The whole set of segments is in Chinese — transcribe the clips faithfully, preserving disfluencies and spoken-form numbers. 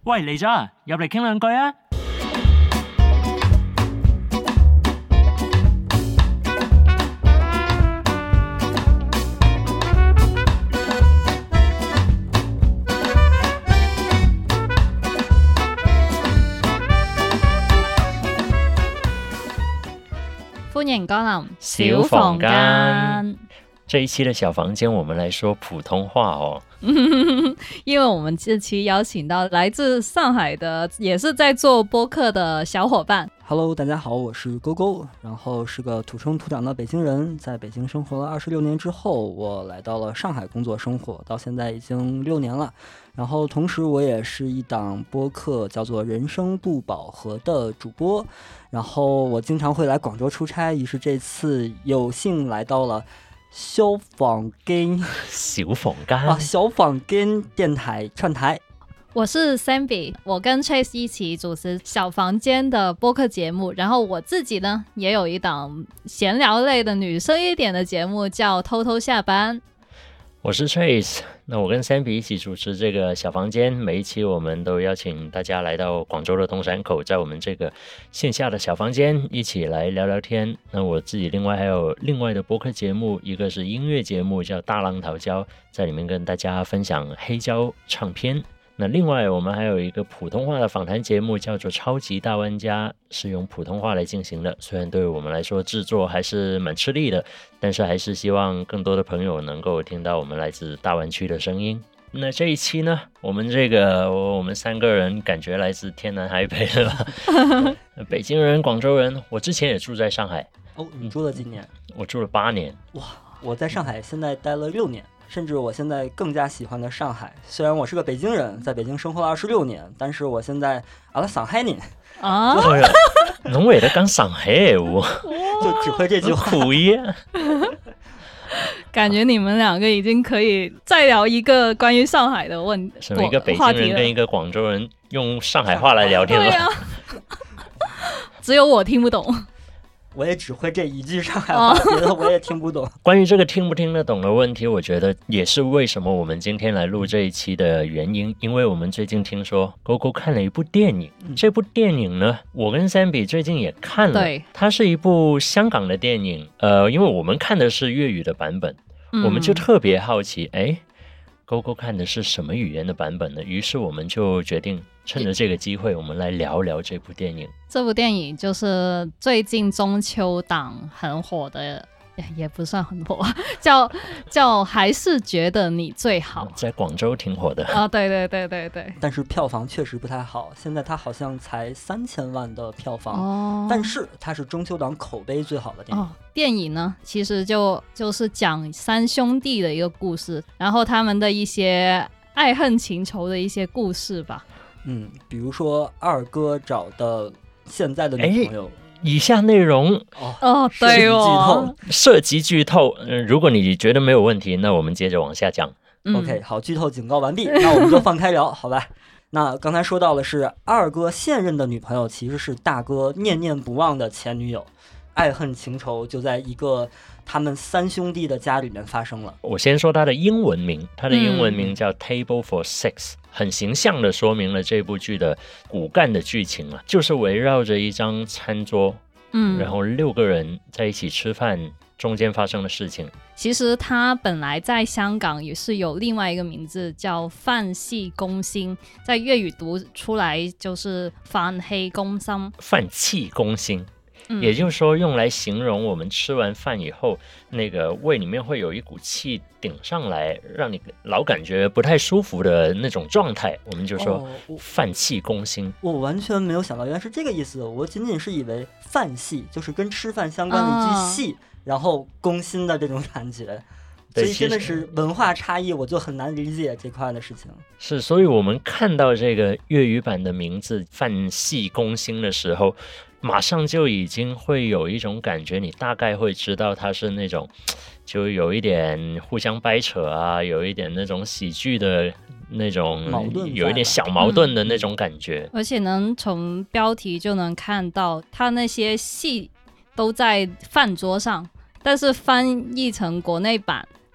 喂，嚟咗啊，入嚟傾兩句啊！ 歡迎光臨小房間。 這一期的小房間，我們來說普通話哦。 因為我們這期邀請到來自上海的，也是在做播客的小伙伴。 Hello， 大家好，我是勾勾，然後是個土生土長的北京人，在北京生活了二十六年之後，我來到了上海工作生活，到現在已經六年了。然後同時我也是一檔播客叫做人生不飽和的主播，然後我經常會來廣州出差，於是這次有幸來到了小房間小房間啊，小房間電台串台。 我是 Sammy， 我跟 Chase 一起主持小房間的播客節目，然後我自己呢也有一檔閒聊類的女生一點的節目叫偷偷下班。 我是 Trace， 那我跟 Sammy 一起主持這個小房間，每一期我們都邀請大家來到廣州的東山口，在我們這個線下的小房間一起來聊聊天。那我自己另外還有另外的播客節目，一個是音樂節目叫大浪淘膠，在裡面跟大家分享黑膠唱片。那另外我們還有一個普通話的訪談節目叫做超級大玩家，是用普通話來進行的，雖然對我們來說製作還是蠻吃力的，但是還是希望更多的朋友能夠聽到我們來自大灣區的聲音。那這一期呢，我們這個我們三個人感覺來自天南海北了北京人、廣州人，我之前也住在上海。 哦，你住了幾年？ 我住了八年。 哇，我在上海現在待了六年。甚至我現在更加喜歡的上海，雖然我是個北京人，在北京生活了二十六年，但是我現在阿拉上海人啊， 侬會得講上海話， 就只會這句話。 苦耶！ 感覺你們兩個已經可以再聊一個關於上海的問題。 什麼一個北京人跟一個廣州人用上海話來聊天了？對啊， 只有我聽不懂。 我也只會這一句上海話，別的我也聽不懂。 關於這個聽不聽得懂的問題，我覺得也是為什麼我們今天來錄這一期的原因。因為我們最近聽說勾勾看了一部電影，嗯、這部電影呢，我跟 Sammy 最近也看了。對，它是一部香港的電影。呃，因為我們看的是粵語的版本，嗯、我們就特別好奇，誒，勾勾看的是什麼語言的版本呢？於是我們就決定趁着這個機會，我們來聊聊這部電影。 這部電影就是最近中秋檔很火的，也不算很火，叫叫還是覺得你最好。 在廣州挺火的啊，對對對對對。 但是票房確實不太好，現在它好像才三千萬的票房， 哦、 但是它是中秋檔口碑最好的電影。 哦、電影呢，其實就就是講三兄弟的一個故事，然後他們的一些愛恨情仇的一些故事吧。 嗯，比如說二哥找的現在的女朋友。 以下內容哦，對哦， 涉及劇透。嗯，如果你覺得沒有問題，那我們接着往下講。 嗯、OK， 好，劇透警告完畢，那我們就放開聊，好吧？那剛才說到的是二哥現任的女朋友其實是大哥念念不忘的前女友，愛恨情仇就在一個他們三兄弟的家裡面發生了。 我先說他的英文名，他的英文名叫 Table for Six，、嗯、很形象的說明了這部劇的骨幹的劇情啊，就是圍繞着一張餐桌，嗯，然後六個人在一起吃飯，中間發生的事情。 其實他本來在香港也是有另外一個名字叫飯氣攻心，在粵語讀出來就是飯氣攻心。 飯氣攻心。也就是說，用來形容我們吃完飯以後，那個胃裡面會有一股氣頂上來，讓你老感覺不太舒服的那種狀態，我們就說飯氣攻心。 哦，我，我完全沒有想到原來是這個意思，我僅僅是以為飯氣就是跟吃飯相關的一句戲，哦、然後攻心的這種感覺。所以真的是文化差異，我就很難理解這塊的事情。 是，所以我們看到這個粵語版的名字飯氣攻心的時候，馬上就已經會有一種感覺，你大概會知道它是那種就有一點互相掰扯啊，有一點那種喜劇的那種矛盾，有一點小矛盾的那種感覺。 嗯、而且能從標題就能看到，它那些戲都在飯桌上，但是翻譯成國內版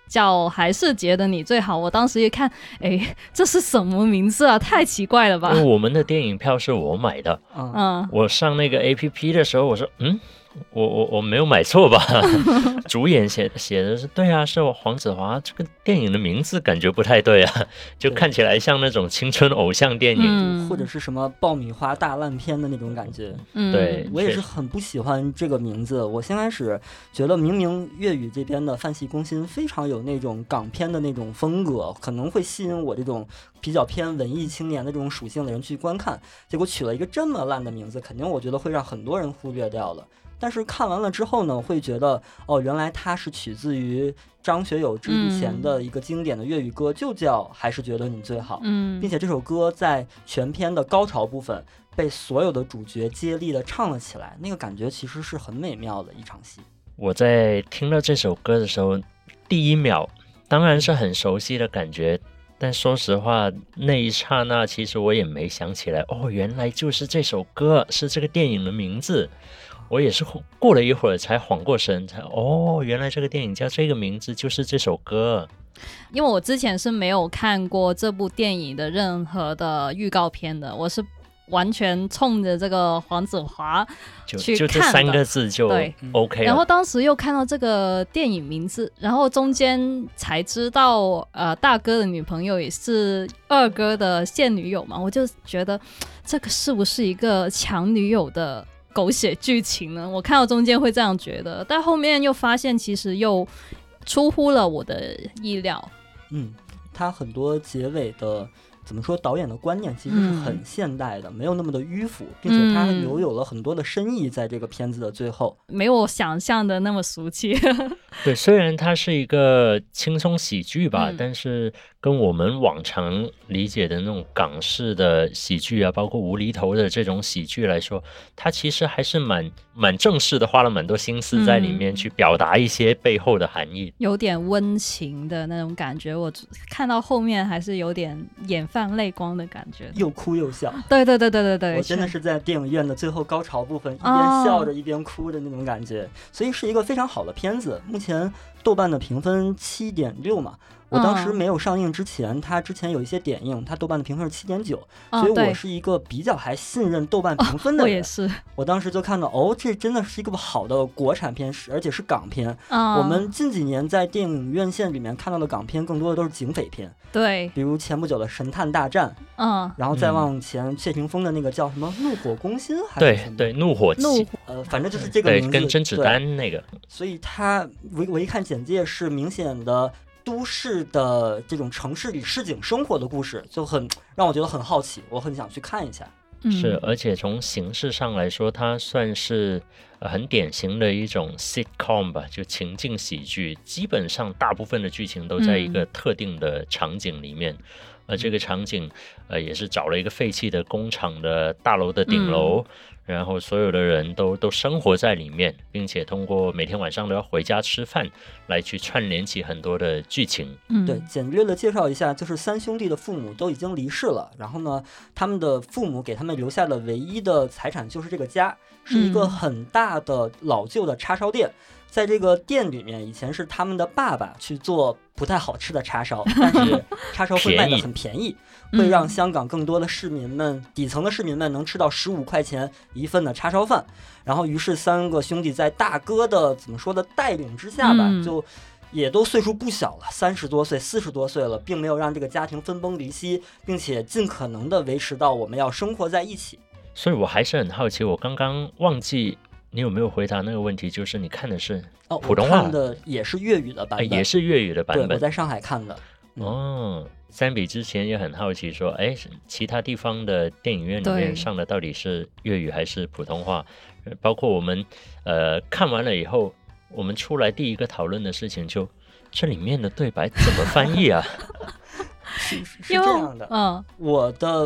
叫还是觉得你最好。我当时一看，哎，这是什么名字啊？太奇怪了吧？ 因为我们的电影票是我买的， 嗯， 嗯， 我上那个 A P P 的时候，我说，嗯，我我我没有买错吧？主演写写的是对啊，是黄子华。这个电影的名字感觉不太对啊，就看起来像那种青春偶像电影， 嗯或者是什么爆米花大烂片的那种感觉。 嗯， 对我也是很不喜欢这个名字。我先开始觉得明明粤语这边的泛系攻心非常有那种港片的那种风格，可能会吸引我这种比较偏文艺青年的这种属性的人去观看，结果取了一个这么烂的名字，肯定我觉得会让很多人忽略掉了。但是看完了之后呢，会觉得哦，原来它是取自于张学友之前的一个经典的粤语歌，就叫《还是觉得你最好》。 嗯， 并且这首歌在全篇的高潮部分被所有的主角接力的唱了起来，那个感觉其实是很美妙的一场戏。 我在听到这首歌的时候，第一秒当然是很熟悉的感觉，但说实话，那一刹那其实我也没想起来，哦，原来就是这首歌，是这个电影的名字。我也是过了一会儿才缓过神，才哦，原来这个电影叫这个名字，就是这首歌。 因为我之前是没有看过这部电影的任何的预告片的，我是完全冲着这个黄子华就去就这三个字就对 OK 了。 然后当时又看到这个电影名字，然后中间才知道，呃，大哥的女朋友也是二哥的现女友嘛，我就觉得这个是不是一个抢女友的狗血剧情呢？我看到中间会这样觉得，但后面又发现其实又出乎了我的意料。 嗯，他很多结尾的怎么说，导演的观念其实是很现代的，嗯、没有那么的迂腐，并且他留有了很多的深意在这个片子的最后， 没有我想象的那么俗气。 对，虽然它是一个轻松喜剧吧， 嗯、 但是跟我们往常理解的那种港式的喜剧啊，包括无厘头的这种喜剧来说，它其实还是蛮蛮正式的，花了蛮多心思在里面去表达一些背后的含义， 嗯、有点温情的那种感觉。我看到后面还是有点眼泛泪光的感觉， 又哭又笑。 对对对对对对， 我真的是在电影院的最后高潮部分一边笑着一边哭的那种感觉，哦、所以是一个非常好的片子。目前豆瓣的评分七点六嘛。我当时没有上映之前，它之前有一些点映，它豆瓣的评分是七点九，所以我是一个比较还信任豆瓣评分的人。 哦、我也是。 我当时就看到，哦，这真的是一个好的国产片，而且是港片。 嗯、 我们近几年在电影院线里面看到的港片，更多的都是警匪片。 对， 比如前不久的《神探大战》， 嗯， 然后再往前，谢霆锋的那个叫什么《怒火攻心》还是对什么？ 对，怒火怒呃，反正就是这个名字， 对，跟甄子丹那个。 所以他我我一看简介是明显的都市的这种城市里市井生活的故事，就很让我觉得很好奇，我很想去看一下。 是，而且从形式上来说，它算是、呃、很典型的一种 sitcom 吧，就情境喜剧。基本上大部分的剧情都在一个特定的场景里面，而、嗯、这个场景呃也是找了一个废弃的工厂的大楼的顶楼。嗯，然后所有的人都都生活在里面，并且通过每天晚上都要回家吃饭来去串联起很多的剧情。 嗯， 对，简略的介绍一下，就是三兄弟的父母都已经离世了，然后呢，他们的父母给他们留下的唯一的财产就是这个家，是一个很大的老旧的叉烧店。嗯，在这个店里面，以前是他们的爸爸去做不太好吃的叉烧，但是叉烧会卖得很便宜，会让香港更多的市民们，底层的市民们能吃到十五块钱一份的叉烧饭。然后于是三个兄弟在大哥的怎么说的带领之下吧， 嗯、 就也都岁数不小了，三十多岁、四十多岁了，并没有让这个家庭分崩离析，并且尽可能的维持到我们要生活在一起。 所以我还是很好奇，我刚刚忘记你有没有回答那个问题，就是你看的是普通话， 哦、我看的也是粤语的版本， 哎、也是粤语的版本。 对，我在上海看的。 嗯、哦，三比之前也很好奇说，哎，其他地方的电影院里面上的到底是粤语还是普通话？包括我们呃看完了以后，我们出来第一个讨论的事情就这里面的对白怎么翻译啊？ 是是这样的， 嗯， 我的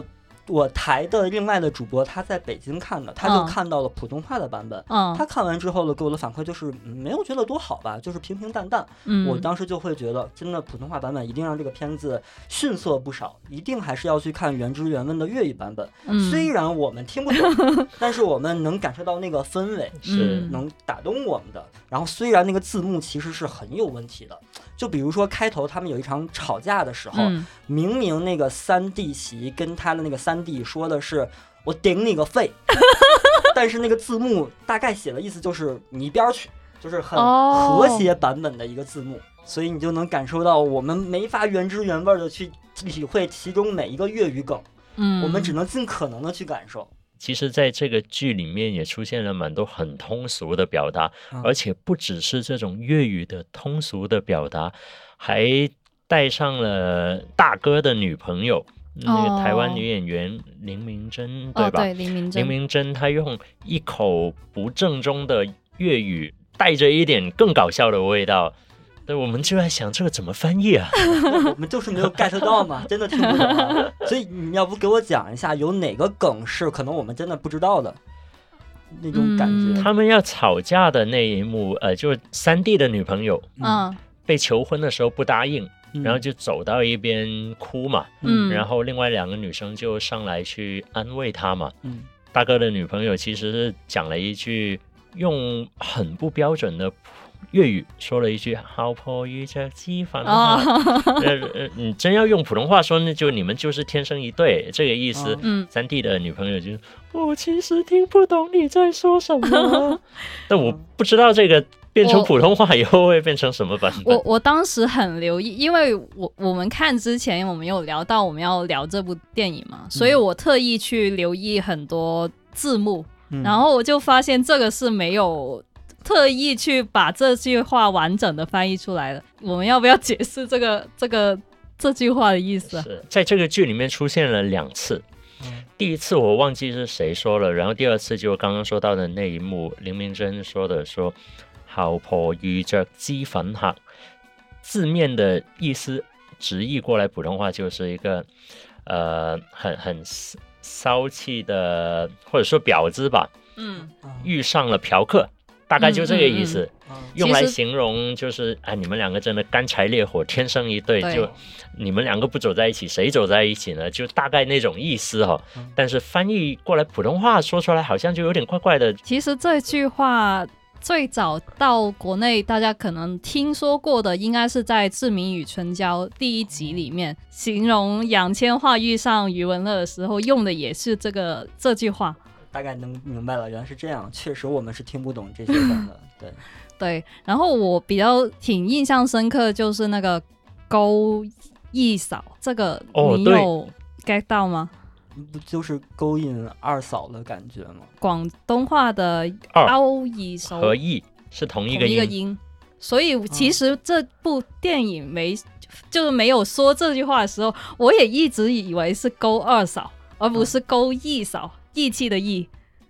我台的另外的主播他在北京看的，他就看到了普通话的版本。 嗯， 他看完之后呢，给我的反馈就是、嗯、没有觉得多好吧，就是平平淡淡。 嗯， 我当时就会觉得，真的普通话版本一定让这个片子逊色不少，一定还是要去看原汁原味的粤语版本。 嗯， 虽然我们听不懂，但是我们能感受到那个氛围是能打动我们的。然后虽然那个字幕其实是很有问题的，就比如说开头他们有一场吵架的时候， 嗯、 明明那个三弟媳跟他的那个三弟说的是我顶你个肺，但是那个字幕大概写的意思就是你一边去，就是很和谐版本的一个字幕、哦、所以你就能感受到我们没法原汁原味的去体会其中每一个粤语梗，嗯，我们只能尽可能的去感受。 其实在这个剧里面也出现了蛮多很通俗的表达、嗯、而且不只是这种粤语的通俗的表达，还带上了大哥的女朋友、哦、那个台湾女演员林明珍、对吧、 哦、对，林明珍林明珍她用一口不正宗的粤语带着一点更搞笑的味道，对，我们就在想这个怎么翻译啊？ 我们就是没有 get 到嘛，真的听不懂、啊。所以你要不给我讲一下，有哪个梗是可能我们真的不知道的那种感觉？ 嗯、他们要吵架的那一幕，呃，就是三弟的女朋友，嗯，被求婚的时候不答应，嗯、然后就走到一边哭嘛，嗯，然后另外两个女生就上来去安慰他嘛，嗯，大哥的女朋友其实是讲了一句用很不标准的粤语说了一句好婆遇着鸡饭啊，呃你真要用普通话说，那就你们就是天生一对这个意思。嗯，三弟的女朋友就我、哦、其实听不懂你在说什么，但我不知道这个变成普通话以后会变成什么版本。 我我当时很留意，因为我我们看之前我们有聊到我们要聊这部电影嘛，所以我特意去留意很多字幕，嗯、然后我就发现这个是没有特意去把这句话完整的翻译出来了。我们要不要解释这个这个这句话的意思、啊？ 是在这个剧里面出现了两次、嗯、第一次我忘记是谁说了，然后第二次就刚刚说到的那一幕，林明珍说的说好婆遇着雞粉客，字面的意思直译过来普通话就是一个呃很很骚气的或者说婊子吧，嗯，遇上了嫖客，大概就这个意思、嗯嗯嗯、用来形容就是哎，你们两个真的干柴烈火天生一对，就你们两个不走在一起谁走在一起呢，就大概那种意思、哦嗯、但是翻译过来普通话说出来好像就有点怪怪的。 其实这句话最早到国内大家可能听说过的应该是在志明与春娇第一集里面，形容杨千嬅遇上余文乐的时候用的也是这个这句话。 大概能明白了，原来是这样，确实我们是听不懂这些梗的。对对，然后我比较挺印象深刻就是那个勾一嫂，这个你有 get 到吗？ 不就是勾引二嫂的感觉吗？ 广东话的勾一嫂和一是同一个 音, 同一个音，所以其实这部电影没、嗯、就是没有说这句话的时候，我也一直以为是勾二嫂而不是勾一嫂、嗯、义气的义，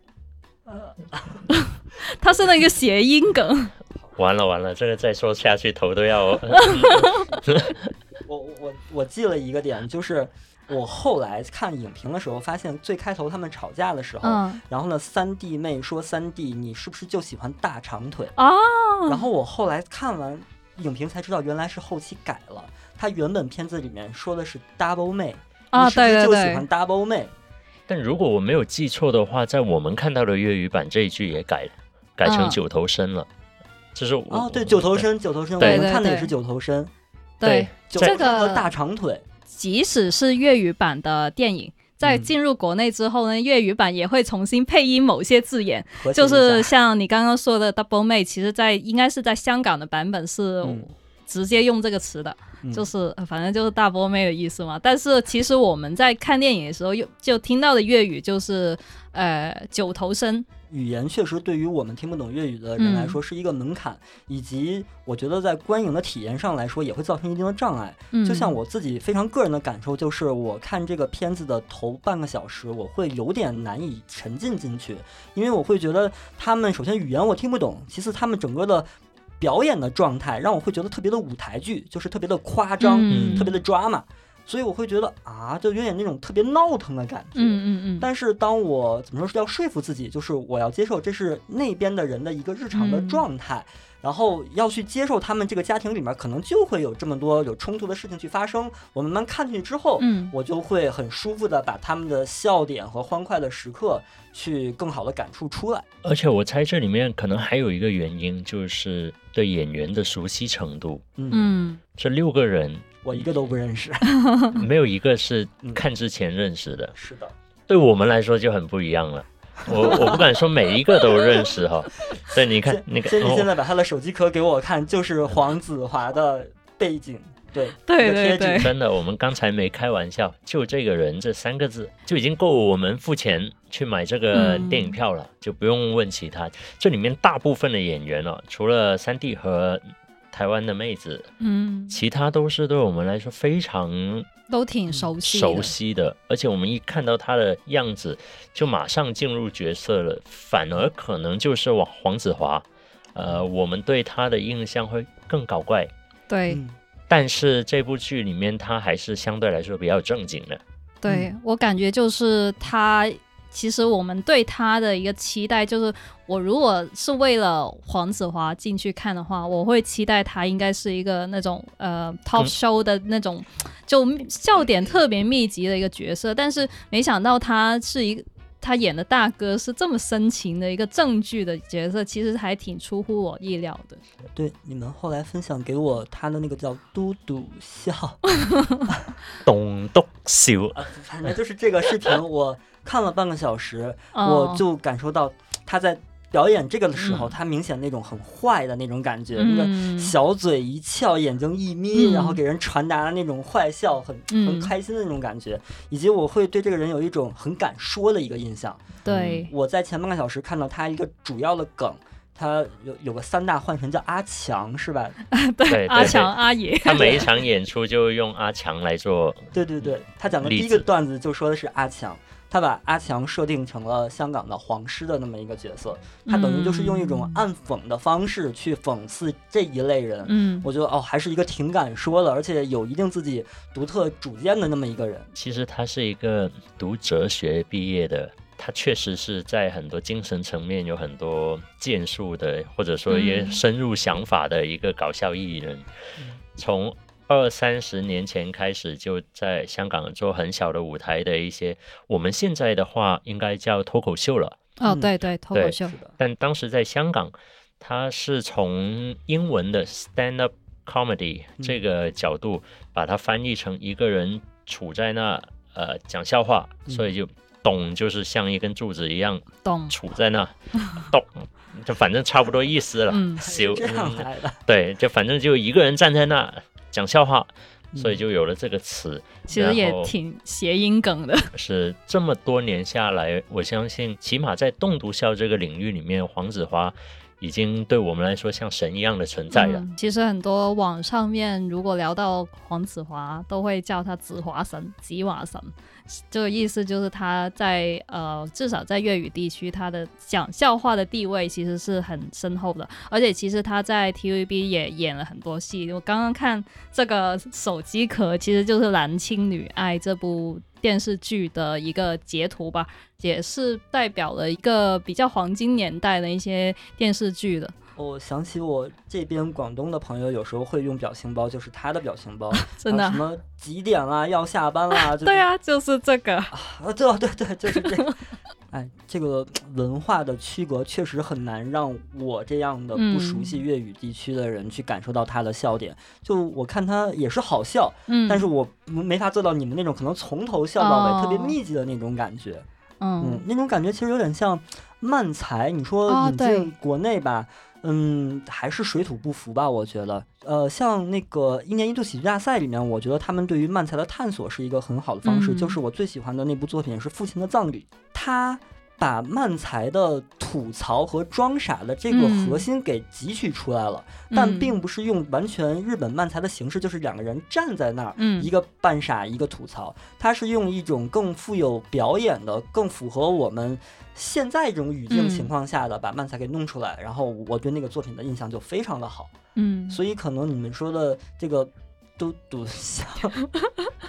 它是那个谐音梗。 完了完了，这个再说下去头都要我我我记了一个点，就是我后来看影评的时候发现，最开头他们吵架的时候、嗯、然后呢三弟妹说三弟你是不是就喜欢大长腿、哦、然后我后来看完影评才知道原来是后期改了，他原本片子里面说的是 double 妹、哦、你是不是就喜欢 double 妹、哦、 但如果我没有记错的话，在我们看到的粤语版这一句也改了，改成九头身了、嗯就是哦， 对，九头身，九头身，我们看的也是九头身， 对， 九头身和大长腿。 即使是粤语版的电影，在进入国内之后呢，粤语版也会重新配音某些字眼，就是像你刚刚说的 double 妹，其实在应该是在香港的版本是直接用这个词的、嗯、就是反正就是大波妹的意思嘛。但是其实我们在看电影的时候就听到的粤语就是呃九头身。 语言确实对于我们听不懂粤语的人来说是一个门槛、嗯、以及我觉得在观影的体验上来说也会造成一定的障碍、嗯、就像我自己非常个人的感受，就是我看这个片子的头半个小时我会有点难以沉浸进去，因为我会觉得他们首先语言我听不懂，其次他们整个的表演的状态让我会觉得特别的舞台剧，就是特别的夸张、嗯、特别的 drama， 所以我会觉得啊，就有点那种特别闹腾的感觉。 嗯嗯嗯。 但是当我怎么说是要说服自己，就是我要接受这是那边的人的一个日常的状态。嗯，然后要去接受他们这个家庭里面可能就会有这么多有冲突的事情去发生，我慢慢看进去之后，嗯，我就会很舒服的把他们的笑点和欢快的时刻去更好的感触出来。 而且我猜这里面可能还有一个原因，就是对演员的熟悉程度。嗯，这六个人我一个都不认识没有一个是看之前认识的。 是的， 对我们来说就很不一样了。我我不敢说每一个都认识哈，对，你看那个， 所以你现在把他的手机壳给我看，就是黄子华的背景，对对对对， 真的，我们刚才没开玩笑，就这个人这三个字就已经够我们付钱去买这个电影票了，嗯、就不用问其他。这里面大部分的演员哦，除了三弟和台湾的妹子，嗯，其他都是对我们来说非常。 都挺熟悉的熟悉的，而且我们一看到他的样子就马上进入角色了，反而可能就是黄黄子华，呃，我们对他的印象会更搞怪。 对、嗯， 但是这部剧里面他还是相对来说比较正经的。 对、嗯、我感觉就是他。其实我们对他的一个期待就是，我如果是为了黄子华进去看的话，我会期待他应该是一个那种呃 top show 的那种，就笑点特别密集的一个角色。但是没想到他是一个他演的大哥是这么深情的一个正剧的角色，其实还挺出乎我意料的。 对，你们后来分享给我他的那个叫嘟嘟笑， 咚咚笑、 啊，反正就是这个视频我。看了半个小时，我就感受到他在表演这个的时候，嗯、他明显那种很坏的那种感觉，嗯、那个小嘴一翘，眼睛一眯，嗯、然后给人传达的那种坏笑，很很开心的那种感觉，嗯、以及我会对这个人有一种很敢说的一个印象。 对， 我在前半个小时看到他一个主要的梗。他有有个三大幻神叫阿强是吧？ 对，对阿强阿爷， 他每一场演出就用阿强来做。 对对对，他讲的第一个段子就说的是阿强，他把阿强设定成了香港的黄狮的那么一个角色，他等于就是用一种暗讽的方式去讽刺这一类人。嗯，我觉得哦，还是一个挺敢说的，而且有一定自己独特主见的那么一个人。 其实他是一个读哲学毕业的。他确实是在很多精神层面有很多建树的，或者说也深入想法的一个搞笑艺人。从二三十年前开始，就在香港做很小的舞台的一些，我们现在的话应该叫脱口秀了。 哦，对对，脱口秀。 但当时在香港，他是从英文的 stand up comedy 这个角度，把它翻译成一个人处在那呃讲笑话，所以就。咚就是像一根柱子一样杵在那，咚就反正差不多意思了。 嗯，这样来的。 对，就反正就一个人站在那讲笑话，所以就有了这个词。 其实也挺谐音梗的。 是这么多年下来，我相信起码在栋笃笑这个领域里面，黄子华已经对我们来说像神一样的存在了。 嗯、其实很多网上面如果聊到黄子华，都会叫他子华神、吉华神。这个意思就是他在呃，至少在粤语地区，他的讲笑话的地位其实是很深厚的。而且其实他在 T V B 也演了很多戏。我刚刚看这个手机壳，其实就是《蓝青女爱》这部电视剧的一个截图吧，也是代表了一个比较黄金年代的一些电视剧的。 我想起我这边广东的朋友有时候会用表情包，就是他的表情包， 真的、 啊、什么几点啦，要下班啦，就是、 对啊，就是这个啊，对对对，就是这个。哎，这个文化的区隔确实很难让我这样的不熟悉粤语地区的人去感受到他的笑点。嗯、就我看他也是好笑，嗯，但是我没法做到你们那种可能从头笑到尾、哦、特别密集的那种感觉。嗯, 嗯，那种感觉其实有点像漫才，你说引进国内吧。哦嗯，还是水土不服吧，我觉得。呃，像那个一年一度喜剧大赛里面，我觉得他们对于漫才的探索是一个很好的方式。嗯、就是我最喜欢的那部作品是《父亲的葬礼》，他把漫才的吐槽和装傻的这个核心给汲取出来了，嗯、但并不是用完全日本漫才的形式，就是两个人站在那儿，嗯、一个扮傻一个吐槽，他是用一种更富有表演的，更符合我们现在这种语境情况下的把漫才给弄出来，嗯、然后我对那个作品的印象就非常的好。嗯，所以可能你们说的这个嘟嘟笑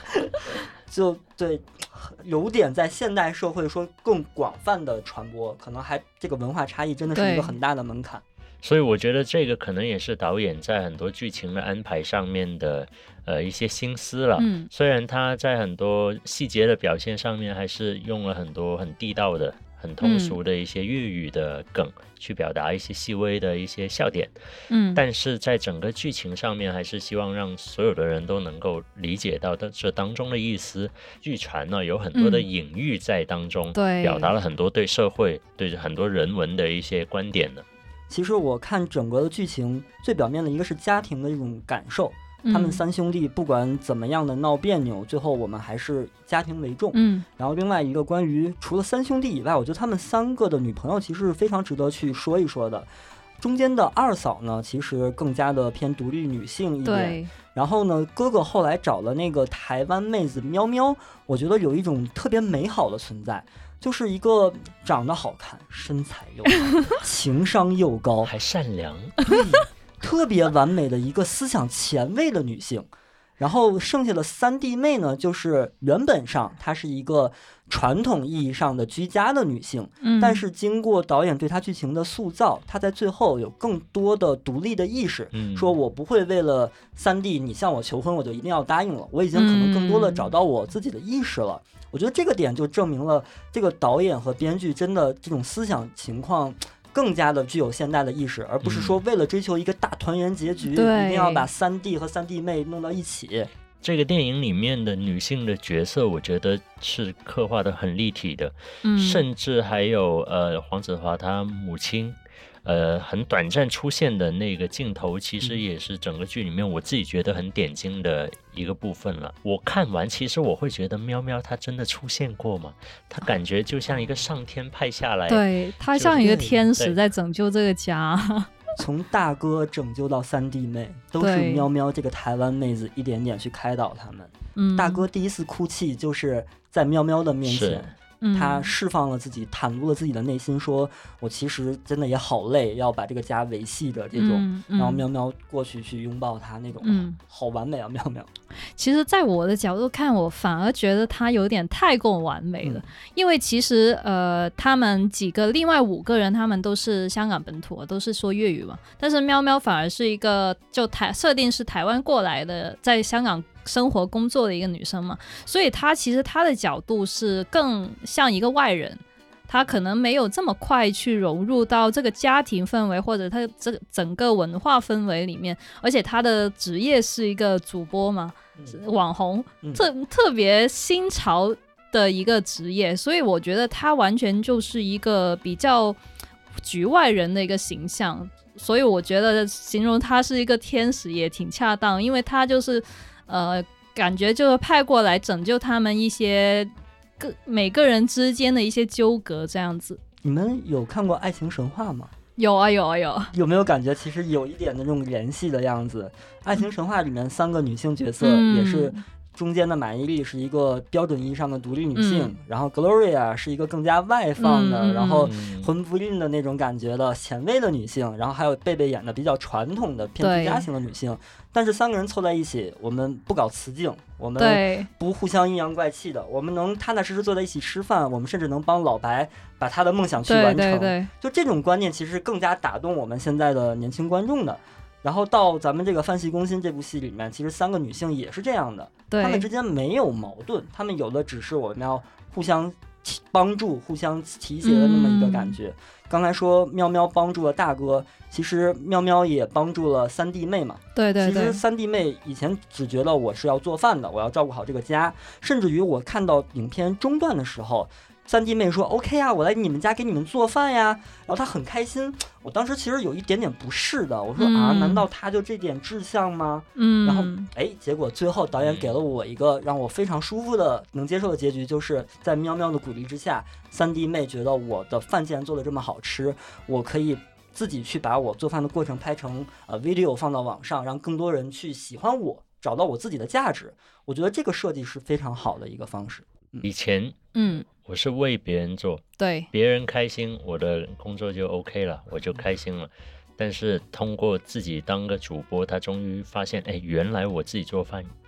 就对，有点在现代社会说更广泛的传播，可能还这个文化差异真的是一个很大的门槛。 所以我觉得这个可能也是导演在很多剧情的安排上面的呃一些心思了。 嗯， 虽然他在很多细节的表现上面还是用了很多很地道的、很通俗的一些粤语的梗、嗯、去表达一些细微的一些笑点， 嗯， 但是在整个剧情上面还是希望让所有的人都能够理解到这当中的意思。剧传呢有很多的隐喻在当中， 对、嗯， 表达了很多对社会、对很多人文的一些观点呢。 其实我看整个的剧情，最表面的一个是家庭的这种感受，他们三兄弟不管怎么样的闹别扭，最后我们还是家庭为重。 嗯， 然后另外一个关于除了三兄弟以外，我觉得他们三个的女朋友其实是非常值得去说一说的。中间的二嫂呢，其实更加的偏独立女性一点。 对。 然后呢，哥哥后来找了那个台湾妹子喵喵，我觉得有一种特别美好的存在。就是一个长得好看、身材又好、情商又高、 还善良， 对，特别完美的一个思想前卫的女性。然后剩下的三弟妹呢，就是原本上她是一个传统意义上的居家的女性， 嗯， 但是经过导演对她剧情的塑造，她在最后有更多的独立的意识， 嗯， 说我不会为了三弟你向我求婚我就一定要答应了，我已经可能更多的找到我自己的意识了。嗯，我觉得这个点就证明了这个导演和编剧真的这种思想情况更加的具有现代的意识，而不是说为了追求一个大团圆结局，嗯，一定要把三弟和三弟妹弄到一起。 这个电影里面的女性的角色，我觉得是刻画的很立体的， 嗯， 甚至还有呃黄子华他母亲。呃，很短暂出现的那个镜头，其实也是整个剧里面我自己觉得很点睛的一个部分了。我看完，其实我会觉得喵喵它真的出现过吗？它感觉就像一个上天派下来， 对，它像一个天使在拯救这个家。 从大哥拯救到三弟妹，都是喵喵这个台湾妹子一点点去开导他们。嗯，大哥第一次哭泣就是在喵喵的面前。他释放了自己，袒露了自己的内心，说我其实真的也好累，要把这个家维系着这种， 嗯嗯， 然后喵喵过去去拥抱他那种， 嗯， 好完美啊喵喵。 其实在我的角度看，我反而觉得他有点太过完美了，嗯，因为其实呃他们几个另外五个人他们都是香港本土，都是说粤语嘛，但是喵喵反而是一个就台设定是台湾过来的，在香港生活工作的一个女生嘛，所以她其实她的角度是更像一个外人，她可能没有这么快去融入到这个家庭氛围或者她这整个文化氛围里面，而且她的职业是一个主播嘛，嗯，网红，这特别新潮的一个职业，所以我觉得她完全就是一个比较局外人的一个形象，所以我觉得形容她是一个天使也挺恰当，因为她就是呃，感觉就是派过来拯救他们一些个每个人之间的一些纠葛这样子。 你们有看过《爱情神话》吗？ 有啊有啊有啊。有没有感觉其实有一点的这种联系的样子？《爱情神话》里面三个女性角色也是，中间的马伊琍是一个标准意义上的独立女性，嗯，然后 Gloria 是一个更加外放的，嗯，然后魂不吝的那种感觉的前卫的女性，然后还有贝贝演的比较传统的偏居家型的女性。但是三个人凑在一起，我们不搞雌竞，我们不互相阴阳怪气的，我们能踏踏实实坐在一起吃饭，我们甚至能帮老白把他的梦想去完成。 对对对， 就这种观念其实更加打动我们现在的年轻观众的。然后到咱们这个《饭戏攻心》这部戏里面，其实三个女性也是这样的，她们之间没有矛盾，她们有的只是我们要互相帮助、互相提携的那么一个感觉。嗯，刚才说喵喵帮助了大哥，其实喵喵也帮助了三弟妹嘛。 对对对。 其实三弟妹以前只觉得我是要做饭的，我要照顾好这个家，甚至于我看到影片中段的时候，三弟妹说 OK 啊，我来你们家给你们做饭呀，然后她很开心。我当时其实有一点点不适的，我说，嗯，啊，难道她就这点志向吗？嗯，然后哎，结果最后导演给了我一个让我非常舒服的能接受的结局，就是在喵喵的鼓励之下，三弟妹觉得我的饭既然做得这么好吃，我可以自己去把我做饭的过程拍成呃 video 放到网上，让更多人去喜欢我，找到我自己的价值。我觉得这个设计是非常好的一个方式。 嗯，以前嗯。我是为别人做， 对， 别人开心，我的工作就 OK 了，我就开心了。但是通过自己当个主播，他终于发现，哎，原来我自己做饭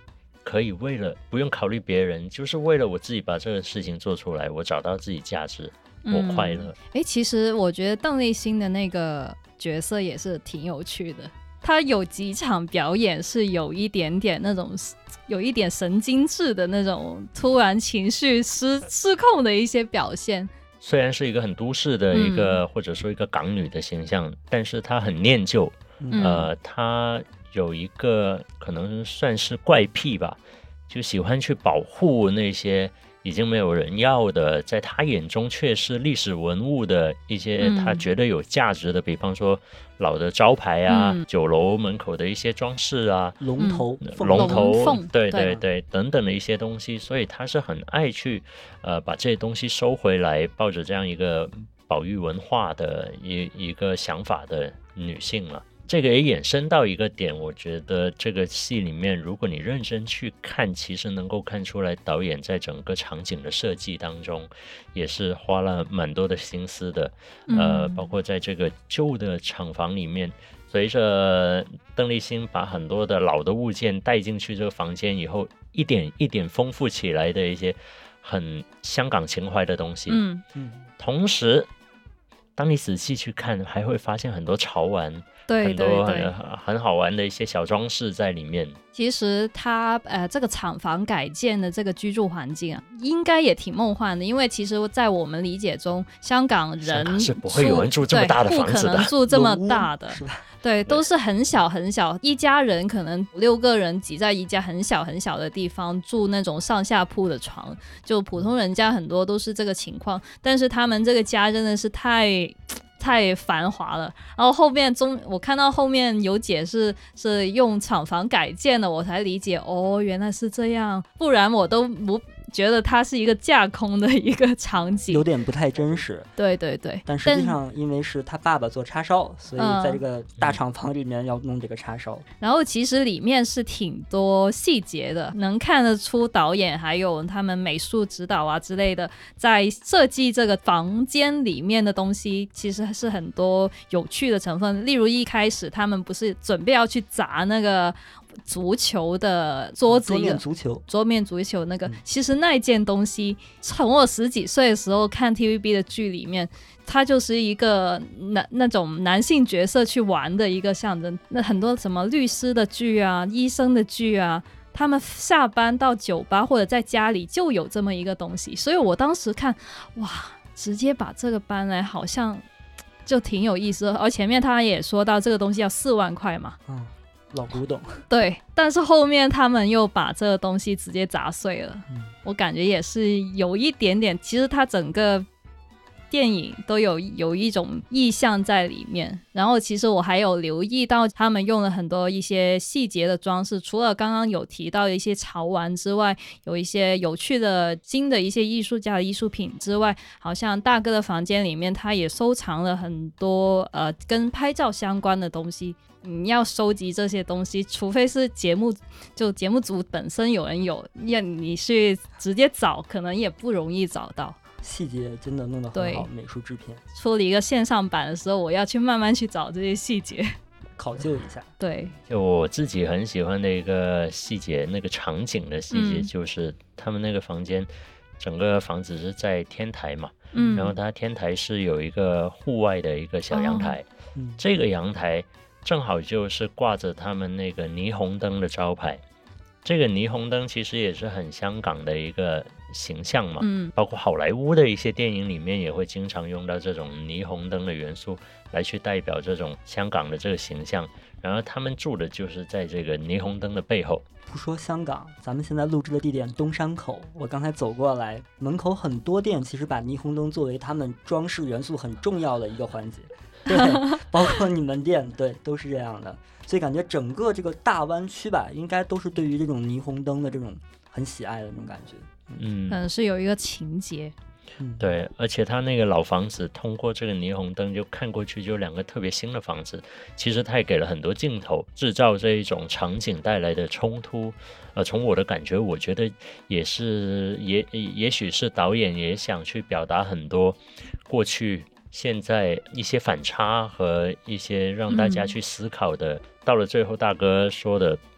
可以为了不用考虑别人，就是为了我自己把这个事情做出来，我找到自己价值，我快乐。 哎、嗯，其实我觉得邓丽欣的那个角色也是挺有趣的，她有几场表演是有一点点那种有一点神经质的那种突然情绪失失控的一些表现。 虽然是一个很都市的一个、嗯、或者说一个港女的形象，但是她很念旧、嗯、呃，她有一个可能算是怪癖吧，就喜欢去保护那些已经没有人要的，在她眼中却是历史文物的一些她觉得有价值的、嗯、比方说老的招牌啊、嗯、酒楼门口的一些装饰啊、 龙头、 嗯、龙头，对对对, 对等等的一些东西，所以她是很爱去呃把这些东西收回来，抱着这样一个保育文化的一一个想法的女性了。这个也衍生到一个点，我觉得这个戏里面如果你认真去看，其实能够看出来导演在整个场景的设计当中也是花了蛮多的心思的、嗯、呃，包括在这个旧的厂房里面，随着邓丽欣把很多的老的物件带进去这个房间以后，一点一点丰富起来的一些很香港情怀的东西。嗯嗯，同时当你仔细去看，还会发现很多潮玩， 对很多很, 很好玩的一些小装饰在里面。 其实它呃这个厂房改建的这个居住环境啊，应该也挺梦幻的，因为其实在我们理解中，香港人香港是不会有人住这么大的房子的， 不可能住这么大的，对，都是很小很小，一家人可能五六个人挤在一家很小很小的地方住那种上下铺的床，就普通人家很多都是这个情况，但是他们这个家真的是太太繁华了。然后后面中我看到后面有解释是用厂房改建的，我才理解哦，原来是这样，不然我都不觉得它是一个架空的一个场景， 有点不太真实。 对对对， 但实际上因为是他爸爸做叉烧，所以在这个大厂房里面要弄这个叉烧、嗯、 然后其实里面是挺多细节的，能看得出导演还有他们美术指导啊之类的在设计这个房间里面的东西，其实是很多有趣的成分。例如一开始他们不是准备要去砸那个足球的桌子，桌面足球桌面足球那个、嗯、其实那件东西从我十几岁的时候看 T V B 的剧里面，它就是一个那那种男性角色去玩的一个象征。那很多什么律师的剧啊、医生的剧啊，他们下班到酒吧或者在家里就有这么一个东西，所以我当时看哇，直接把这个搬来好像就挺有意思的。而前面他也说到这个东西要四万块嘛， 嗯，老古董。 对，但是后面他们又把这个东西直接砸碎了、嗯、我感觉也是有一点点，其实它整个电影都有有一种意象在里面。然后其实我还有留意到他们用了很多一些细节的装饰，除了刚刚有提到的一些潮玩之外，有一些有趣的新的一些艺术家的艺术品之外，好像大哥的房间里面他也收藏了很多呃跟拍照相关的东西。你要收集这些东西，除非是节目就节目组本身有人有，要你去直接找可能也不容易找到。 细节真的弄得很好，美术制片出了一个线上版的时候，我要去慢慢去找这些细节考究一下。 对， 就我自己很喜欢的一个细节，那个场景的细节、嗯、就是他们那个房间整个房子是在天台嘛，嗯，然后它天台是有一个户外的一个小阳台、哦嗯、这个阳台正好就是挂着他们那个霓虹灯的招牌。这个霓虹灯其实也是很香港的一个形象嘛、嗯、包括好莱坞的一些电影里面也会经常用到这种霓虹灯的元素来去代表这种香港的这个形象，然后他们住的就是在这个霓虹灯的背后。 不说香港，咱们现在录制的地点东山口，我刚才走过来，门口很多店其实把霓虹灯作为他们装饰元素很重要的一个环节，对，包括你们店，对，都是这样的。所以感觉整个这个大湾区吧，应该都是对于这种霓虹灯的这种很喜爱的那种感觉。 嗯，可能是有一个情节。 嗯，对，而且他那个老房子通过这个霓虹灯就看过去就两个特别新的房子，其实他也给了很多镜头制造这一种场景带来的冲突。呃，从我的感觉我觉得也是也也许是导演也想去表达很多过去现在一些反差和一些让大家去思考的、嗯、到了最后大哥说的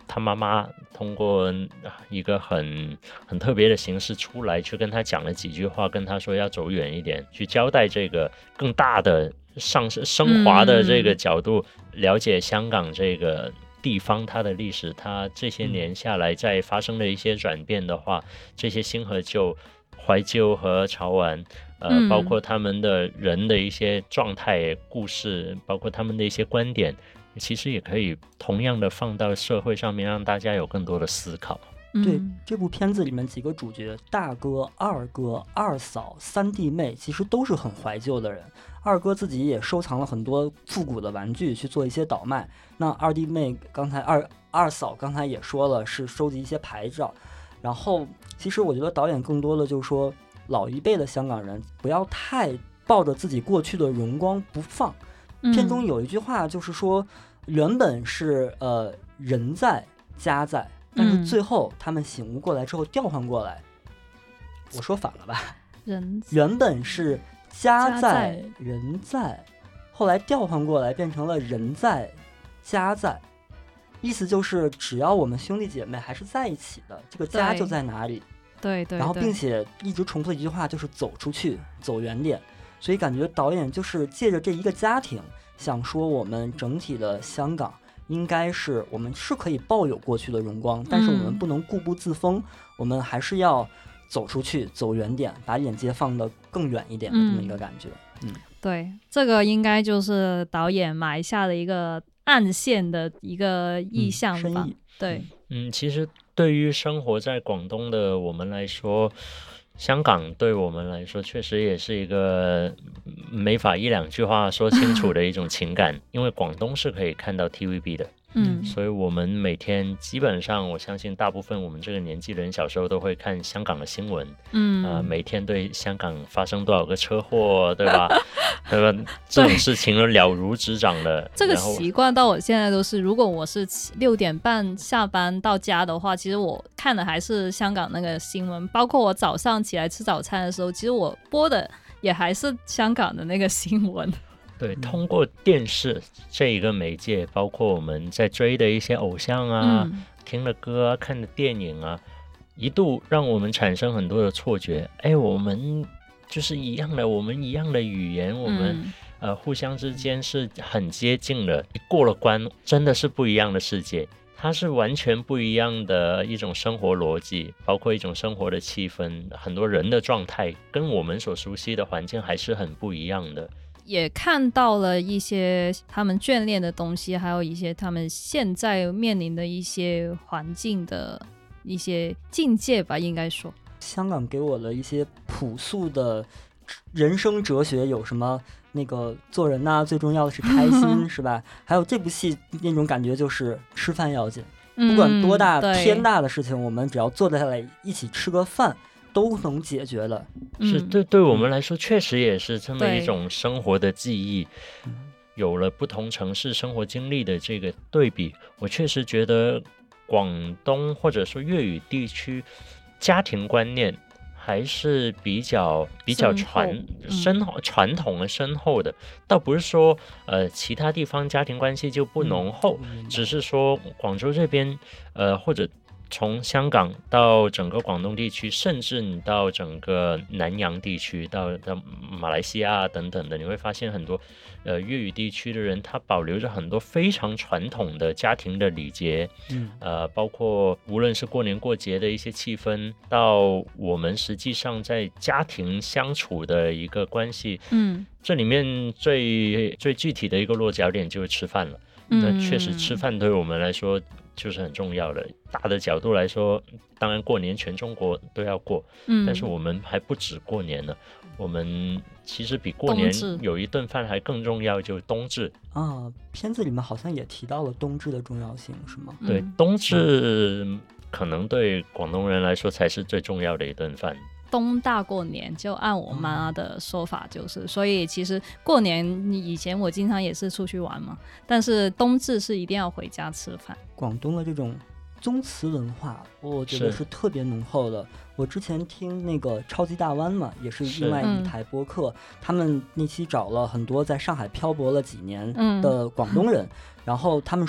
他妈妈通过一个很很特别的形式出来，去跟他讲了几句话，跟他说要走远一点，去交代这个更大的上升华的这个角度，嗯、了解香港这个地方它的历史，它这些年下来在发生的一些转变的话，这些新和旧、怀旧和潮玩，呃， 嗯、 包括他们的人的一些状态、故事，包括他们的一些观点，其实也可以同样的放到社会上面，让大家有更多的思考。 对，这部片子里面几个主角，大哥、二哥、二嫂、三弟妹，其实都是很怀旧的人。二哥自己也收藏了很多复古的玩具去做一些倒卖。那二弟妹刚才二二嫂刚才也说了，是收集一些牌照。然后其实我觉得导演更多的就是说，老一辈的香港人不要太抱着自己过去的荣光不放。片中有一句话就是说，原本是呃人在家在，但是最后他们醒悟过来之后调换过来，嗯、我说反了吧？ 人原本是家在人在，后来调换过来变成了人在家在，意思就是只要我们兄弟姐妹还是在一起的，这个家就在哪里。 对 对, 对。 然后并且一直重复一句话，就是走出去，走远点。所以感觉导演就是借着这一个家庭，想说我们整体的香港应该是我们是可以抱有过去的荣光，但是我们不能固步自封，嗯、我们还是要走出去，走远点，把眼界放得更远一点的这么一个感觉。嗯， 嗯对，这个应该就是导演埋下的一个暗线的一个意象吧。嗯、对， 嗯，其实对于生活在广东的我们来说，香港对我们来说确实也是一个没法一两句话说清楚的一种情感，因为广东是可以看到 T V B 的， 嗯， 所以我们每天基本上，我相信大部分我们这个年纪的人小时候都会看香港的新闻， 嗯， 呃，每天对香港发生多少个车祸，对吧？对吧？这种事情都了如指掌的。 这个习惯到我现在都是，如果我是六点半下班到家的话，其实我看的还是香港那个新闻，包括我早上起来吃早餐的时候，其实我播的也还是香港的那个新闻。 对，通过电视这一个媒介，包括我们在追的一些偶像啊、嗯、听的歌啊、看的电影啊，一度让我们产生很多的错觉。哎，我们就是一样的，我们一样的语言，我们、嗯、呃互相之间是很接近的。过了关，真的是不一样的世界，它是完全不一样的一种生活逻辑，包括一种生活的气氛，很多人的状态跟我们所熟悉的环境还是很不一样的。 也看到了一些他们眷恋的东西，还有一些他们现在面临的一些环境的一些境界吧，应该说。 香港给我的一些朴素的人生哲学有什么？那个做人呢、啊，最重要的是开心，是吧？还有这部戏那种感觉就是吃饭要紧，不管多大、嗯、天大的事情，我们只要坐下来一起吃个饭。都能解决的， 是对对我们来说确实也是这么一种生活的记忆。有了不同城市生活经历的这个对比，我确实觉得广东或者说粤语地区家庭观念还是比较比较传深厚、传统的深厚的。倒不是说呃其他地方家庭关系就不浓厚，嗯、只是说广州这边呃或者。从香港到整个广东地区，甚至你到整个南洋地区，到到马来西亚等等的，你会发现很多呃粤语地区的人，他保留着很多非常传统的家庭的礼节， 嗯， 呃，包括无论是过年过节的一些气氛，到我们实际上在家庭相处的一个关系， 嗯， 这里面最最具体的一个落脚点就是吃饭了。 嗯、 那确实吃饭对我们来说就是很重要的。大的角度来说，当然过年全中国都要过， 嗯， 但是我们还不止过年呢。我们其实比过年有一顿饭还更重要，就是冬至啊。片子里面好像也提到了冬至的重要性，是吗？ 对， 嗯、 冬至可能对广东人来说才是最重要的一顿饭。 冬大过年，就按我妈的说法就是，所以其实过年以前我经常也是出去玩嘛，但是冬至是一定要回家吃饭。 广东的这种宗祠文化，我觉得是特别浓厚的。我之前听那个超级大湾嘛，也是另外一台播客，他们那期找了很多在上海漂泊了几年的广东人，嗯、然后他们说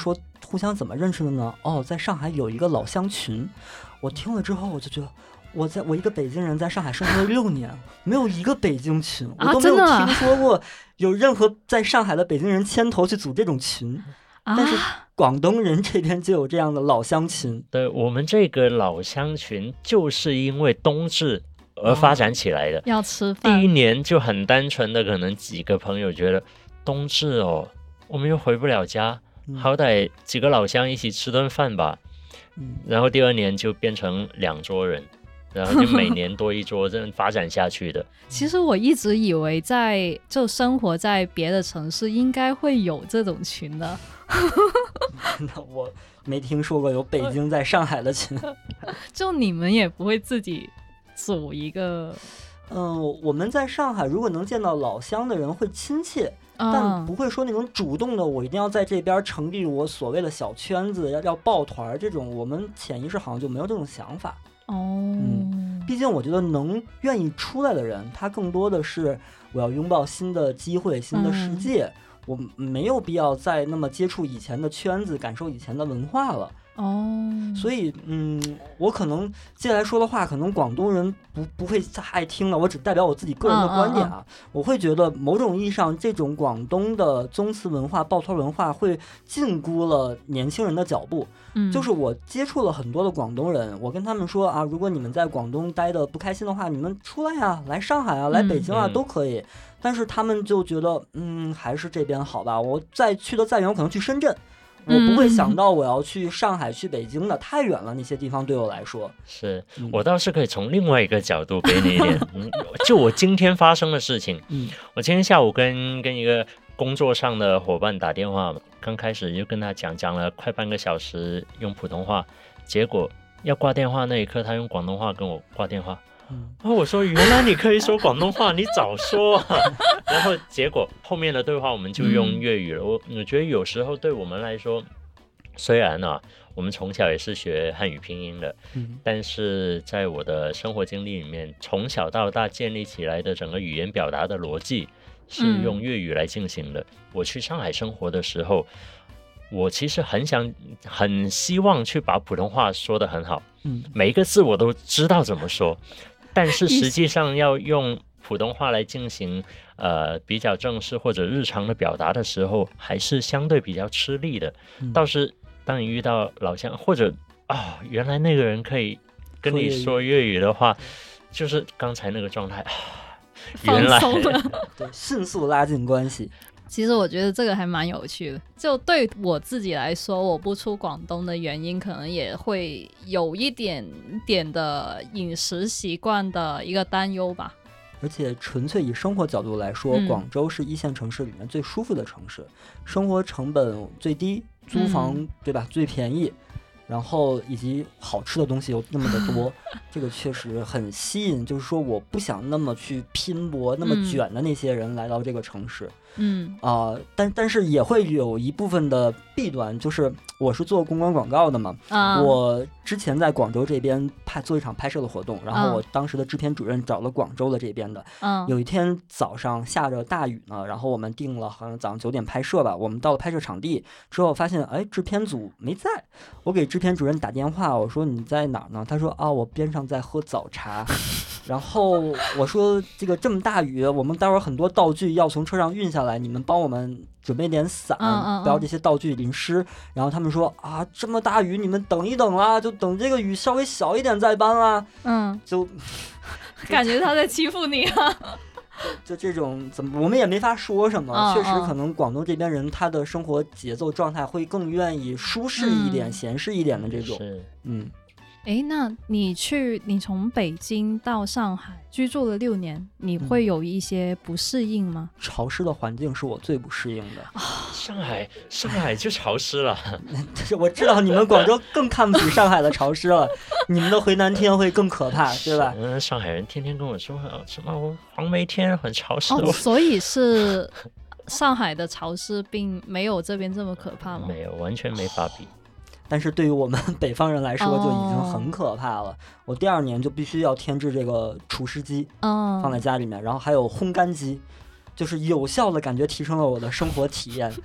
互相怎么认识的呢？哦，在上海有一个老乡群。我听了之后，我就觉得，我在我一个北京人在上海生活了六年，没有一个北京群，我都没有听说过有任何在上海的北京人牵头去组这种群。 啊、 但是广东人这边就有这样的老乡群。 对，我们这个老乡群就是因为冬至而发展起来的。哦、 要吃饭， 第一年就很单纯的，可能几个朋友觉得冬至哦，我们又回不了家，嗯、好歹几个老乡一起吃顿饭吧。嗯、然后第二年就变成两桌人，然后就每年多一桌，这样发展下去的。 其实我一直以为在就生活在别的城市应该会有这种群的。 那我没听说过有北京在上海的群。 就你们也不会自己组一个？ 嗯，我们在上海如果能见到老乡的人会亲切。但不会说那种主动的，我一定要在这边成立我所谓的小圈子，要要抱团这种，我们潜意识好像就没有这种想法。 哦， 嗯，毕竟我觉得能愿意出来的人，他更多的是我要拥抱新的机会、新的世界，嗯、我没有必要再那么接触以前的圈子，感受以前的文化了。 哦， 所以嗯，我可能接下来说的话，可能广东人不不会太听了，我只代表我自己个人的观点啊。嗯嗯嗯我会觉得某种意义上，这种广东的宗祠文化、抱团文化会禁锢了年轻人的脚步。嗯，就是我接触了很多的广东人，我跟他们说啊，如果你们在广东待的不开心的话，你们出来呀，来上海啊，来北京啊，嗯、都可以。但是他们就觉得，嗯，还是这边好吧。我再去的再远，我可能去深圳。我不会想到我要去上海、去北京的，太远了，那些地方对我来说。 是我倒是可以从另外一个角度给你一点，嗯、就我今天发生的事情。嗯，我今天下午跟跟一个工作上的伙伴打电话，刚开始就跟他讲讲了快半个小时用普通话，结果要挂电话那一刻，他用广东话跟我挂电话。然后我说原来你可以说广东话，你早说啊！然后结果后面的对话我们就用粤语了。我我觉得有时候对我们来说，虽然啊我们从小也是学汉语拼音的，但是在我的生活经历里面，从小到大建立起来的整个语言表达的逻辑是用粤语来进行的。我去上海生活的时候，我其实很想很希望去把普通话说得很好，每一个字我都知道怎么说。但是实际上要用普通话来进行呃比较正式或者日常的表达的时候，还是相对比较吃力的。嗯、倒是当你遇到老乡或者啊、哦，原来那个人可以跟你说粤语的话，就是刚才那个状态，原来对，迅速拉近关系。 其实我觉得这个还蛮有趣的，就对我自己来说，我不出广东的原因可能也会有一点点的饮食习惯的一个担忧吧。 而且纯粹以生活角度来说、嗯、广州是一线城市里面最舒服的城市，生活成本最低，租房、嗯、对吧最便宜，然后以及好吃的东西有那么的多这个确实很吸引，就是说我不想那么去拼搏那么卷的那些人来到这个城市。嗯啊、呃，但但是也会有一部分的弊端，就是我是做公关广告的嘛，啊、我之前在广州这边拍做一场拍摄的活动，然后我当时的制片主任找了广州的这边的，啊、有一天早上下着大雨呢，然后我们定了好像早上九点拍摄吧，我们到了拍摄场地之后发现，哎，制片组没在，我给制片主任打电话，我说你在哪儿呢？他说啊，我边上在喝早茶。然后我说这个这么大雨，我们待会儿很多道具要从车上运下来，你们帮我们准备点伞，嗯嗯嗯不要这些道具淋湿。然后他们说啊，这么大雨你们等一等啦，就等这个雨稍微小一点再搬啦。嗯，就感觉他在欺负你啊。 就这种怎么我们也没法说什么，嗯、确实可能广东这边人他的生活节奏状态会更愿意舒适一点、嗯、闲适一点的这种。嗯。 哎，那你去，你从北京到上海居住了六年，你会有一些不适应吗？ 嗯、潮湿的环境是我最不适应的。 上海，上海就潮湿了。 我知道你们广州更看不起上海的潮湿了，你们的回南天会更可怕，对吧？ 嗯，上海人天天跟我说什么黄梅天很潮湿， 哦、所以是上海的潮湿并没有这边这么可怕吗？ 没有，完全没法比。 但是对于我们北方人来说就已经很可怕了、哦、我第二年就必须要添置这个除湿机、哦、放在家里面，然后还有烘干机，就是有效的感觉提升了我的生活体验。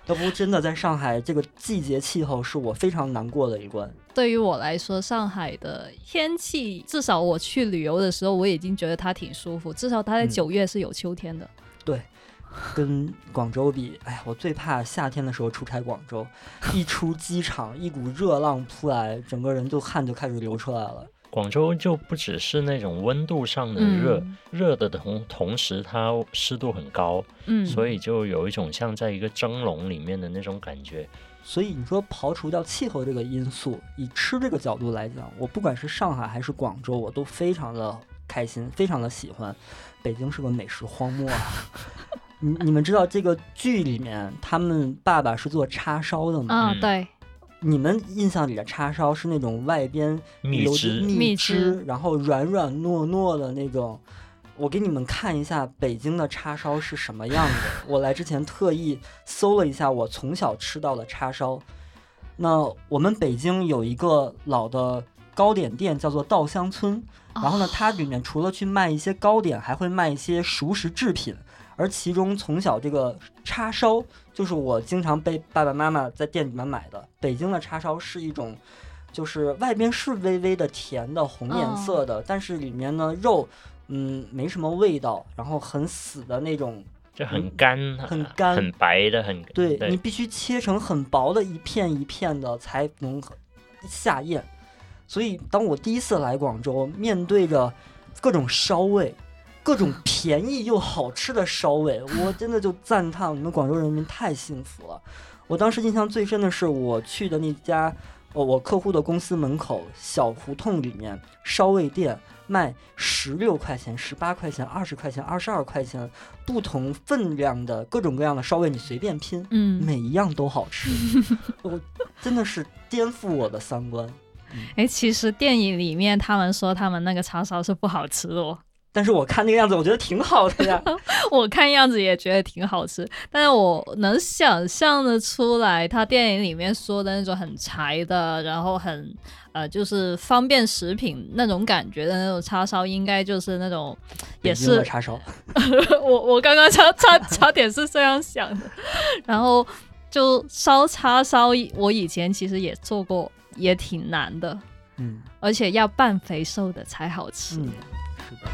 要不真的在上海这个季节气候是我非常难过的一关。 对于我来说，上海的天气，至少我去旅游的时候，我已经觉得它挺舒服。至少它在九月是有秋天的。 嗯、对，跟广州比，哎呀，我最怕夏天的时候出差广州，一出机场，一股热浪扑来，整个人就汗就开始流出来了。 广州就不只是那种温度上的热， 嗯、 热的同同时它湿度很高， 嗯， 所以就有一种像在一个蒸笼里面的那种感觉。 所以你说刨除掉气候这个因素，以吃这个角度来讲，我不管是上海还是广州，我都非常的开心，非常的喜欢。北京是个美食荒漠啊！你你们知道这个剧里面他们爸爸是做叉烧的吗？ 啊，对。 你们印象里的叉烧是那种外边流着蜜汁，然后软软糯糯的那种。我给你们看一下北京的叉烧是什么样的。我来之前特意搜了一下我从小吃到的叉烧。那我们北京有一个老的糕点店叫做稻香村，然后呢，它里面除了去卖一些糕点，还会卖一些熟食制品。而其中从小这个叉烧就是我经常被爸爸妈妈在店里面买的。北京的叉烧是一种就是外边是微微的甜的红颜色的、哦、但是里面呢肉嗯没什么味道，然后很死的那种， 就很干、 嗯、很干很白的很对, 对你必须切成很薄的一片一片的才能下咽。所以当我第一次来广州，面对着各种烧味，各种便宜又好吃的烧味，我真的就赞叹你们广州人民太幸福了。我当时印象最深的是我去的那家我客户的公司门口小胡同里面烧味店，卖十六块钱、十八块钱、二十块钱、二十二块钱，不同分量的各种各样的烧味，你随便拼，嗯，每一样都好吃。我真的是颠覆我的三观。 哎、嗯，其实电影里面他们说他们那个叉烧是不好吃哦。 但是我看那个样子我觉得挺好的呀。 我看样子也觉得挺好吃，但是我能想象的出来他电影里面说的那种很柴的，然后很呃就是方便食品那种感觉的那种叉烧，应该就是那种也是北京的叉烧。 我我刚刚差差差点是这样想的。然后就烧叉烧我以前其实也做过，也挺难的，嗯，而且要半肥瘦的才好吃。 嗯，是的。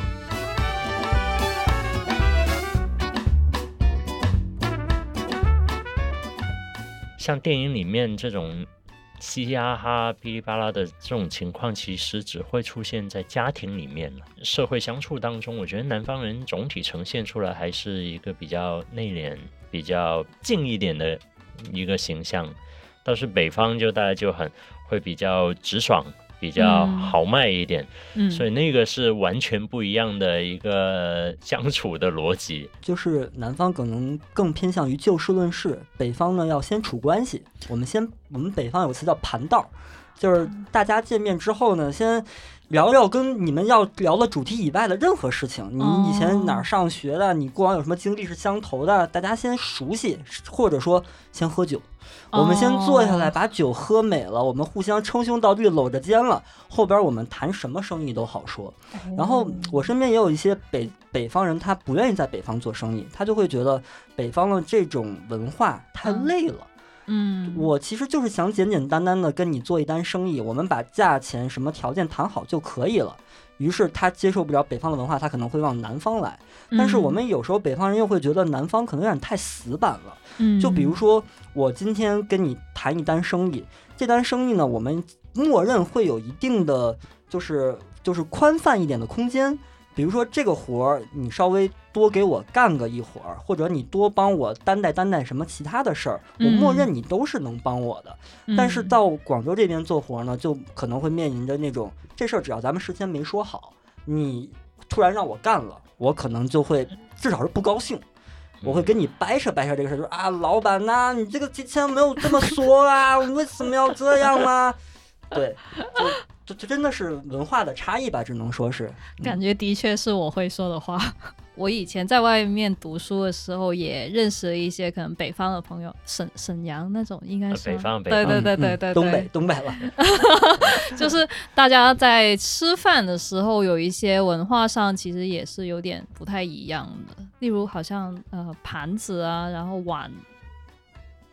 像电影里面这种嘻哈哈噼里啪啦的这种情况，其实只会出现在家庭里面了。社会相处当中，我觉得南方人总体呈现出来还是一个比较内敛、比较静一点的一个形象。倒是北方就大家就很会比较直爽，比较豪迈一点、嗯、所以那个是完全不一样的一个相处的逻辑。 就是南方可能更偏向于就事论事，北方呢要先处关系。我们先我们北方有个词叫盘道，就是大家见面之后呢，先聊聊跟你们要聊的主题以外的任何事情，你以前哪儿上学的，你过往有什么经历是相投的，大家先熟悉，或者说先喝酒。我们先坐下来把酒喝美了，我们互相称兄道弟搂着肩了，后边我们谈什么生意都好说。然后我身边也有一些北北方人，他不愿意在北方做生意，他就会觉得北方的这种文化太累了。嗯，我其实就是想简简单单的跟你做一单生意，我们把价钱什么条件谈好就可以了。于是他接受不了北方的文化，他可能会往南方来。但是我们有时候北方人又会觉得南方可能有点太死板了。嗯，就比如说我今天跟你谈一单生意，这单生意呢，我们默认会有一定的就是就是宽泛一点的空间。比如说这个活儿你稍微多给我干个一会儿，或者你多帮我担待担待什么其他的事儿，我默认你都是能帮我的。嗯、但是到广州这边做活呢，就可能会面临着那种这事儿只要咱们事先没说好，你突然让我干了，我可能就会至少是不高兴。我会跟你掰扯掰扯这个事儿，就是啊，老板呐、啊，你这个提前没有这么说啊，我为什么要这样啊？对，就这这真的是文化的差异吧，只能说是。 嗯、感觉的确是我会说的话。我以前在外面读书的时候，也认识了一些可能北方的朋友，沈沈阳那种应该是、 啊、北方，北方， 对对对对对， 嗯、东北东北了。 就是大家在吃饭的时候，有一些文化上其实也是有点不太一样的。例如好像呃盘子啊，然后碗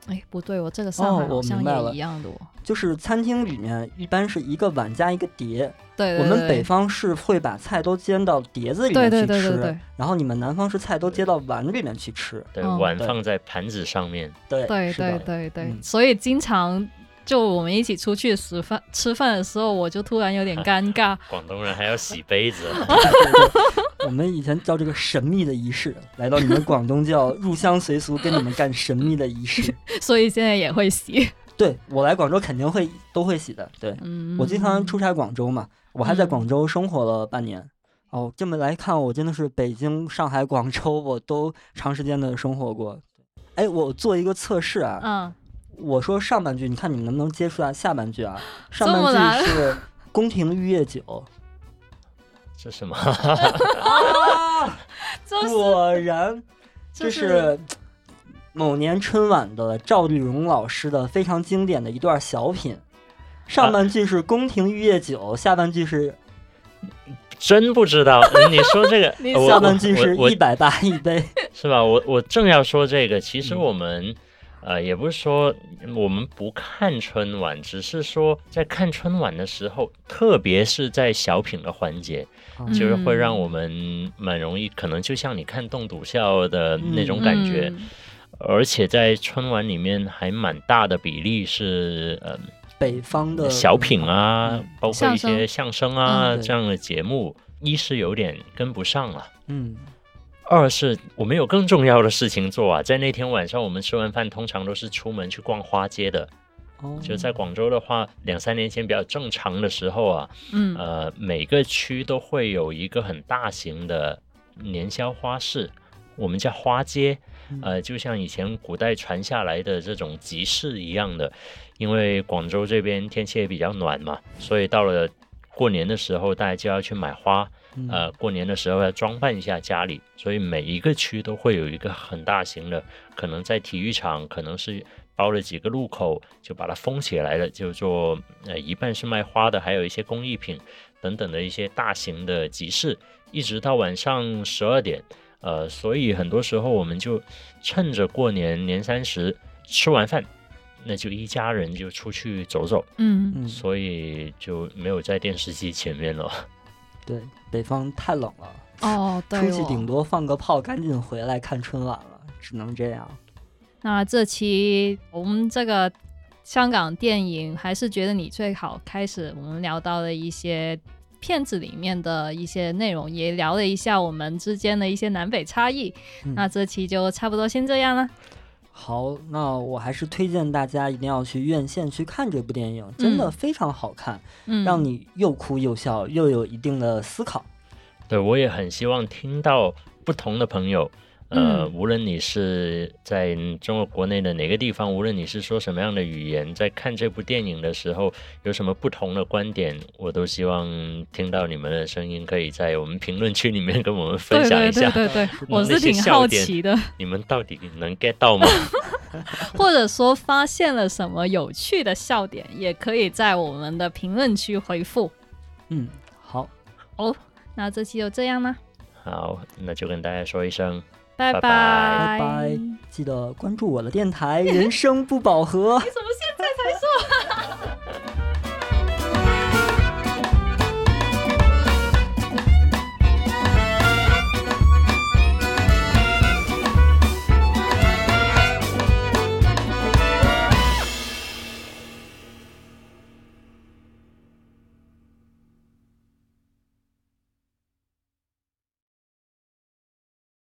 哎，不对，我这个上海哦我好像明白了也一样的哦。 就是餐厅里面一般是一个碗加一个碟， 对对对， 我们北方是会把菜都煎到碟子里对面去吃， 对对对对然后你们南方是菜都接到碗里面去吃。 对， 嗯碗对放在盘子上面。 对对对是的对对， 嗯所以经常就我们一起出去吃饭吃饭的时候，我就突然有点尴尬。 广东人还要洗杯子。 对对我们以前叫这个神秘的仪式，来到你们广东叫入乡随俗，跟你们干神秘的仪式。 所以现在也会洗。 对，我来广州肯定会都会洗的。对， 嗯， 我经常出差广州嘛，我还在广州生活了半年。哦，这么来看，我真的是北京、上海、广州，我都长时间的生活过。哎，我做一个测试啊， 嗯， 我说上半句，你看你们能不能接出来下半句啊？上这么难半句是宫廷玉液酒。 这什么？ 啊， 就是果然就这是某年春晚的赵丽蓉老师的非常经典的一段小品。上半句是宫廷玉液酒，下半句是真不知道。你说这个， 你我下半句是我我一百八一杯。 是吧？我我正要说这个，其实嗯我们、呃也不是说我们不看春晚，只是说在看春晚的时候，特别是在小品的环节， 嗯就是会让我们蛮容易，可能就像你看栋笃笑的那种感觉。 嗯而且在春晚里面还蛮大的比例是呃北方的小品啊， 嗯包括一些相声啊、 嗯对这样的节目，一是有点跟不上了。 嗯二是我们有更重要的事情做啊，在那天晚上我们吃完饭，通常都是出门去逛花街的。 哦， 就在广州的话，两三年前比较正常的时候啊， 嗯呃，每个区都会有一个很大型的年宵花市，我们叫花街，呃，就像以前古代传下来的这种集市一样的。因为广州这边天气也比较暖嘛，所以到了过年的时候，大家就要去买花。 嗯呃，过年的时候要装扮一下家里，所以每一个区都会有一个很大型的，可能在体育场，可能是包了几个路口，就把它封起来了，就做呃一半是卖花的，还有一些工艺品等等的一些大型的集市，一直到晚上十二点。呃，所以很多时候我们就趁着过年年三十吃完饭，那就一家人就出去走走， 嗯嗯， 所以就没有在电视机前面了。 对，北方太冷了， 哦，对出去哦顶多放个炮，赶紧回来看春晚了，只能这样。 那这期我们这个香港电影还是觉得你最好开始，我们聊到了一些片子里面的一些内容，也聊了一下我们之间的一些南北差异。 嗯那这期就差不多先这样了。 好，那我还是推荐大家一定要去院线去看这部电影，真的嗯非常好看， 嗯， 让你又哭又笑，又有一定的思考。 对，我也很希望听到不同的朋友，呃， 嗯无论你是在中国国内的哪个地方，无论你是说什么样的语言，在看这部电影的时候有什么不同的观点，我都希望听到你们的声音，可以在我们评论区里面跟我们分对对享一下， 对对对，我是那些挺好笑点奇的， 你们到底能 get 到吗？ 或者说发现了什么有趣的笑点，也可以在我们的评论区回复。 嗯，好， 哦，那这期就这样啦， 好，那就跟大家说一声。 拜拜拜拜拜，记得关注我的电台《人生不饱和》。 你怎